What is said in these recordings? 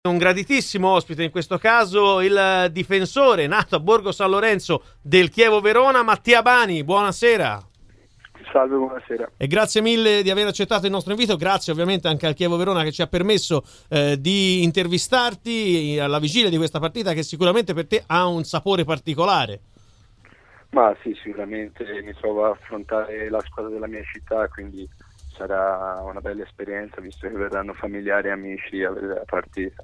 Un graditissimo ospite, in questo caso il difensore nato a Borgo San Lorenzo del Chievo Verona, Mattia Bani. Buonasera. Salve, buonasera. E grazie mille di aver accettato il nostro invito, grazie ovviamente anche al Chievo Verona che ci ha permesso di intervistarti alla vigilia di questa partita che sicuramente per te ha un sapore particolare. Ma sì, sicuramente mi trovo a affrontare la squadra della mia città, quindi sarà una bella esperienza visto che verranno familiari e amici a vedere la partita.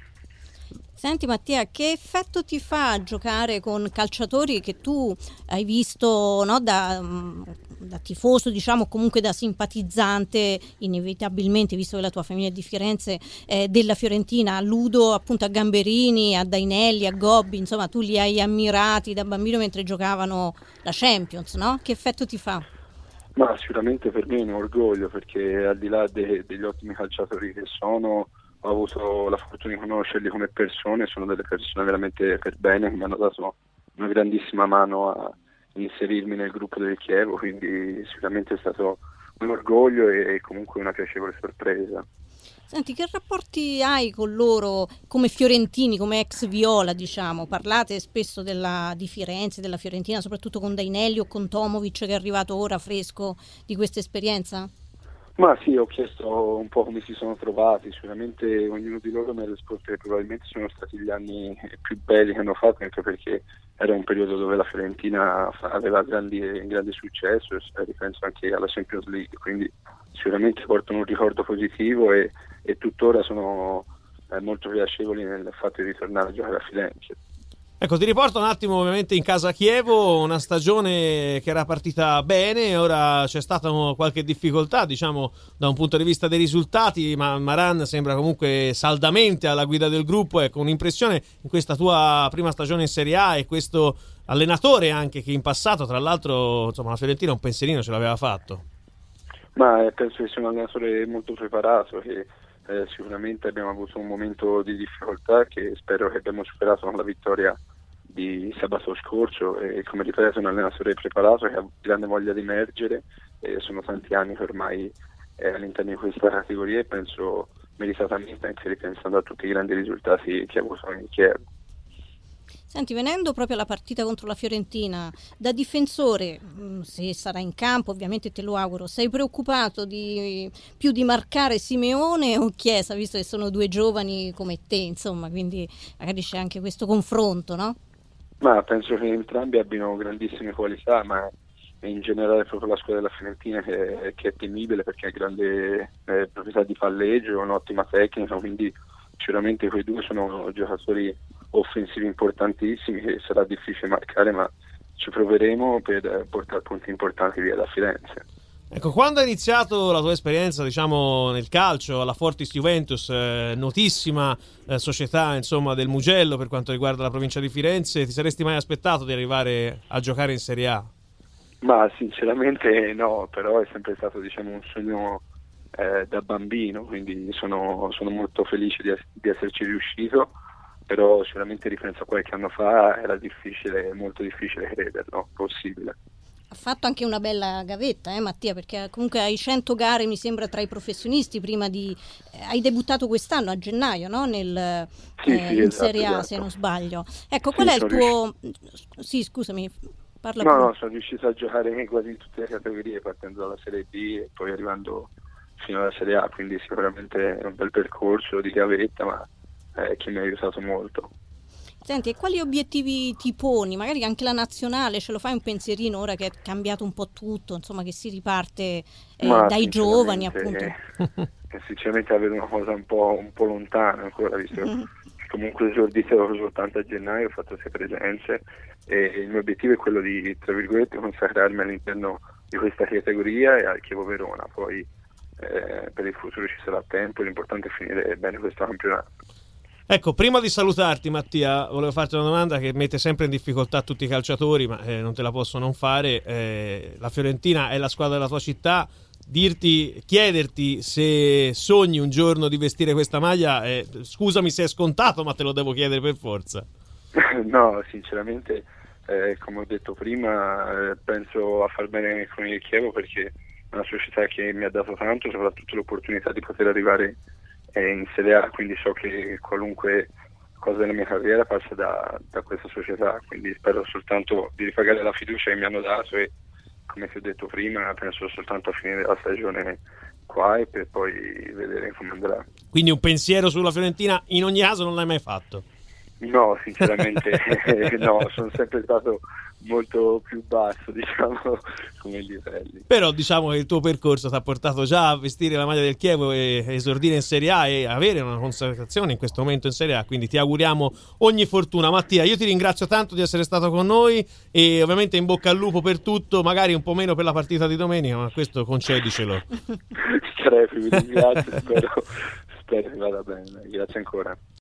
Senti Mattia, che effetto ti fa giocare con calciatori che tu hai visto, no, da tifoso, diciamo, comunque da simpatizzante, inevitabilmente, visto che la tua famiglia è di Firenze, della Fiorentina? Alludo appunto a Gamberini, a Dainelli, a Gobbi, insomma tu li hai ammirati da bambino mentre giocavano la Champions, no? Che effetto ti fa? Ma sicuramente per me è un orgoglio, perché al di là degli ottimi calciatori che sono, ho avuto la fortuna di conoscerli come persone, sono delle persone veramente per bene che mi hanno dato una grandissima mano a inserirmi nel gruppo del Chievo, quindi sicuramente è stato un orgoglio e comunque una piacevole sorpresa. Senti, che rapporti hai con loro come fiorentini, come ex Viola, diciamo? Parlate spesso di Firenze, della Fiorentina, soprattutto con Dainelli o con Tomovic che è arrivato ora fresco di questa esperienza? Ma sì, ho chiesto un po' come si sono trovati, sicuramente ognuno di loro mi ha risposto che probabilmente sono stati gli anni più belli che hanno fatto, anche perché era un periodo dove la Fiorentina aveva grande successo e ripenso anche alla Champions League, quindi sicuramente portano un ricordo positivo e tuttora sono molto piacevoli nel fatto di ritornare a giocare a Firenze. Ecco, ti riporto un attimo ovviamente in casa Chievo, una stagione che era partita bene, ora c'è stata qualche difficoltà, diciamo, da un punto di vista dei risultati, ma Maran sembra comunque saldamente alla guida del gruppo. Ecco, un'impressione in questa tua prima stagione in Serie A e questo allenatore anche che in passato, tra l'altro, insomma, la Fiorentina un pensierino ce l'aveva fatto. Ma penso che sia un allenatore molto preparato, che sicuramente abbiamo avuto un momento di difficoltà che spero che abbiamo superato con la vittoria di sabato scorso, e come ripeto è un allenatore preparato che ha grande voglia di emergere, e sono tanti anni che ormai è all'interno di questa categoria e penso meritatamente, anche ripensando a tutti i grandi risultati che ha avuto in Chievo. Senti, venendo proprio alla partita contro la Fiorentina, da difensore, se sarà in campo, ovviamente te lo auguro, sei preoccupato più di marcare Simeone o Chiesa, visto che sono due giovani come te, insomma, quindi magari c'è anche questo confronto, no? Ma penso che entrambi abbiano grandissime qualità, ma in generale proprio la squadra della Fiorentina che è temibile perché ha grande proprietà di palleggio, un'ottima tecnica, quindi sicuramente quei due sono giocatori offensivi importantissimi che sarà difficile marcare, ma ci proveremo per portare punti importanti via da Firenze. Ecco, quando è iniziato la tua esperienza, diciamo, nel calcio alla Fortis Juventus, notissima società, insomma, del Mugello per quanto riguarda la provincia di Firenze, ti saresti mai aspettato di arrivare a giocare in Serie A? Ma sinceramente no, però è sempre stato, diciamo, un sogno da bambino, quindi sono molto felice di esserci riuscito, però sicuramente ripenso a qualche anno fa era difficile, molto difficile crederlo possibile. Ha fatto anche una bella gavetta, Mattia, perché comunque hai 100 gare, mi sembra, tra i professionisti prima di... hai debuttato quest'anno a gennaio, no? Sì, in esatto, Serie A, esatto. se non sbaglio. Ecco, Sì, qual è il tuo... Sì, scusami, parla pure. No, sono riuscito a giocare quasi in tutte le categorie, partendo dalla Serie B e poi arrivando fino alla Serie A, quindi sicuramente è un bel percorso di gavetta, ma che mi ha aiutato molto. Senti, e quali obiettivi ti poni? Magari anche la nazionale, ce lo fai un pensierino ora che è cambiato un po' tutto, insomma, che si riparte dai giovani, appunto. Sinceramente la vedo una cosa un po' lontana ancora, visto che comunque esordito soltanto a gennaio, ho fatto 6 presenze e il mio obiettivo è quello di, tra virgolette, consacrarmi all'interno di questa categoria e al Chievo Verona. Poi per il futuro ci sarà tempo, l'importante è finire bene questo campionato. Ecco, prima di salutarti Mattia, volevo farti una domanda che mette sempre in difficoltà tutti i calciatori, ma non te la posso non fare. La Fiorentina è la squadra della tua città, chiederti se sogni un giorno di vestire questa maglia, scusami se è scontato, ma te lo devo chiedere per forza. No, sinceramente, come ho detto prima, penso a far bene con il Chievo perché è una società che mi ha dato tanto, soprattutto l'opportunità di poter arrivare in Serie A, quindi so che qualunque cosa della mia carriera passa da questa società, quindi spero soltanto di ripagare la fiducia che mi hanno dato e, come ti ho detto prima, penso soltanto a finire la stagione qua e per poi vedere come andrà. Quindi un pensiero sulla Fiorentina in ogni caso non l'hai mai fatto? No, sinceramente no, sono sempre stato molto più basso, diciamo, come livelli. Però diciamo che il tuo percorso ti ha portato già a vestire la maglia del Chievo e esordire in Serie A e avere una consacrazione in questo momento in Serie A, quindi ti auguriamo ogni fortuna. Mattia, io ti ringrazio tanto di essere stato con noi e ovviamente in bocca al lupo per tutto, magari un po' meno per la partita di domenica, ma questo concedicelo. Crepi, vi ringrazio, spero che vada bene, grazie ancora.